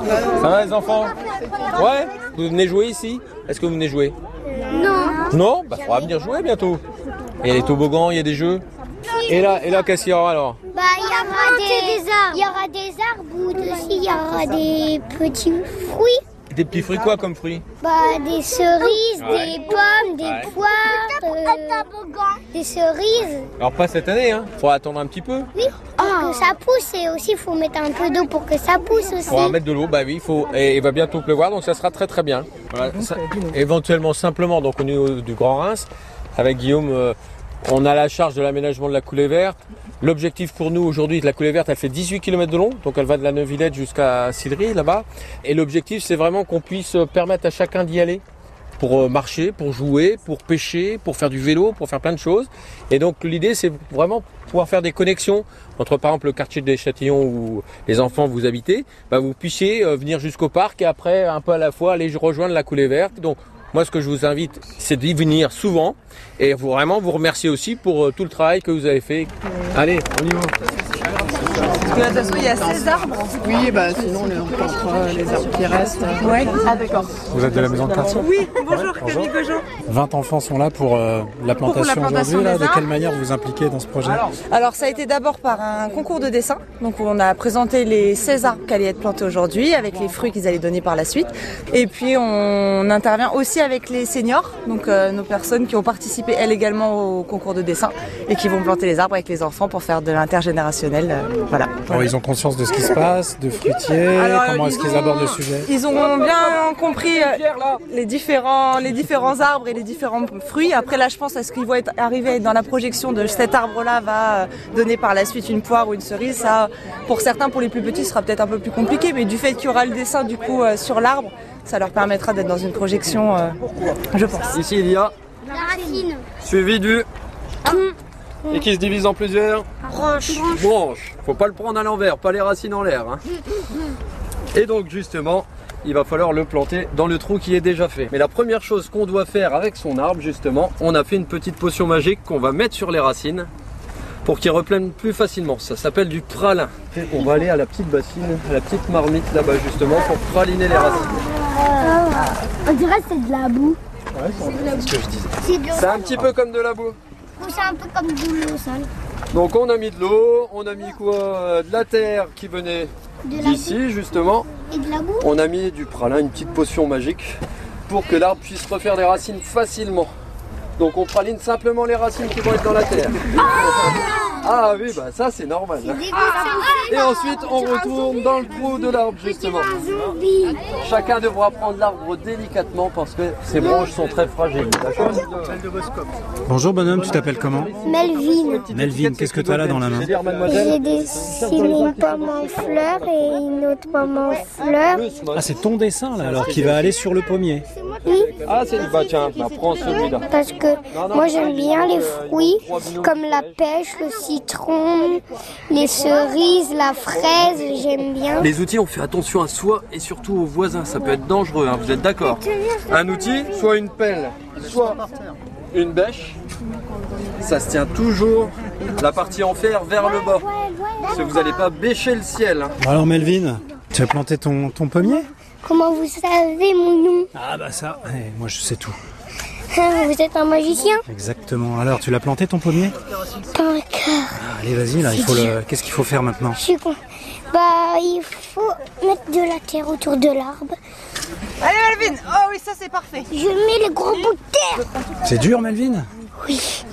Ça va les enfants? Ouais. Vous venez jouer ici? Est-ce que vous venez jouer? Non. Non? Bah faudra venir jouer bientôt. Il y a les toboggans, il y a des jeux. Et là qu'est-ce qu'il y aura alors? Bah il y aura des arbres aussi, il y aura des petits fruits. Des petits fruits quoi comme fruits? Bah des cerises, des pommes, des poires, des cerises. Alors pas cette année hein, faut attendre un petit peu. Oui, pour que ça pousse et aussi il faut mettre un peu d'eau pour que ça pousse aussi. Faut mettre de l'eau, bah oui, et il va bientôt pleuvoir donc ça sera très très bien. Voilà, ça, éventuellement simplement donc au niveau du Grand Reims, avec Guillaume, on a la charge de l'aménagement de la coulée verte. L'objectif pour nous aujourd'hui, la coulée verte, elle fait 18 km de long, donc elle va de la Neuvillette jusqu'à Sillery là-bas. Et l'objectif, c'est vraiment qu'on puisse permettre à chacun d'y aller pour marcher, pour jouer, pour pêcher, pour faire du vélo, pour faire plein de choses. Et donc l'idée, c'est vraiment pouvoir faire des connexions entre par exemple le quartier des Châtillons où les enfants vous habitez, bah, vous puissiez venir jusqu'au parc et après un peu à la fois aller rejoindre la coulée verte. Donc moi, ce que je vous invite, c'est d'y venir souvent et vraiment vous remercier aussi pour tout le travail que vous avez fait. Allez, on y va. Parce que là, de toute façon, il y a 16 arbres. Oui, bah sinon on plantera les arbres qui restent. Ouais. Ah d'accord. Vous êtes de la maison de quartier? Oui, bonjour Camille Gojon. 20 enfants sont là pour la plantation aujourd'hui. De quelle manière vous vous impliquez dans ce projet? Alors ça a été d'abord par un concours de dessin. Donc on a présenté les 16 arbres qui allaient être plantés aujourd'hui avec les fruits qu'ils allaient donner par la suite. Et puis on intervient aussi avec les seniors, donc nos personnes qui ont participé elles également au concours de dessin et qui vont planter les arbres avec les enfants pour faire de l'intergénérationnel. Voilà. Alors, ils ont conscience de ce qui se passe, de fruitier, comment est-ce qu'ils abordent le sujet? Ils ont bien compris les différents arbres et les différents fruits. Après là, je pense à ce qu'ils vont arriver dans la projection de cet arbre-là va donner par la suite une poire ou une cerise. Ça, pour certains, pour les plus petits, ce sera peut-être un peu plus compliqué, mais du fait qu'il y aura le dessin du coup sur l'arbre, ça leur permettra d'être dans une projection, je pense. Ici, il y a La racine. suivi du et qui se divise en plusieurs branches. Faut pas le prendre à l'envers, pas les racines en l'air. Hein. Et donc justement, il va falloir le planter dans le trou qui est déjà fait. Mais la première chose qu'on doit faire avec son arbre, justement, on a fait une petite potion magique qu'on va mettre sur les racines pour qu'il replane plus facilement. Ça s'appelle du pralin. On va aller à la petite bassine, à la petite marmite là-bas justement pour praliner les racines. On dirait que c'est de la boue. Ouais, c'est ce que je disais. C'est un petit peu comme de la boue. Ou c'est un peu comme de l'eau sale. Donc on a mis de l'eau, on a mis quoi? De la terre qui venait d'ici justement. Et de la boue. On a mis du pralin, une petite potion magique pour que l'arbre puisse refaire des racines facilement. Donc on praline simplement les racines qui vont être dans la terre. Ah oui, bah ça c'est normal. Et ensuite on retourne dans le trou de l'arbre justement. Chacun devra prendre l'arbre délicatement parce que ses branches sont très fragiles. D'accord? Bonjour bonhomme, tu t'appelles comment? Melvin. Melvine, qu'est-ce que tu as là dans la main? J'ai dessiné une pomme en fleurs et une autre pomme en fleurs. Ah, c'est ton dessin là alors qui va aller sur le pommier. Oui, Ah c'est bah tiens, bah, prends celui-là. parce que moi j'aime bien les fruits comme la pêche, le citron, les cerises, la fraise, j'aime bien. Les outils, on fait attention à soi et surtout aux voisins, ça peut être dangereux, hein, vous êtes d'accord? Un outil, soit une pelle, soit une bêche, ça se tient toujours la partie en fer vers le bas, parce que vous n'allez pas bêcher le ciel. Hein. Bon, alors Melvin, tu as planté ton pommier? Comment vous savez mon nom? Ah bah ça, moi je sais tout. Vous êtes un magicien? Exactement. Alors tu l'as planté ton pommier? Pas encore. Ah, allez vas-y là, qu'est-ce qu'il faut faire maintenant? Je suis con. Bah, il faut mettre de la terre autour de l'arbre. Allez Melvin. Oh oui, ça c'est parfait. Je mets les gros bouts de terre. C'est dur Melvin? Oui.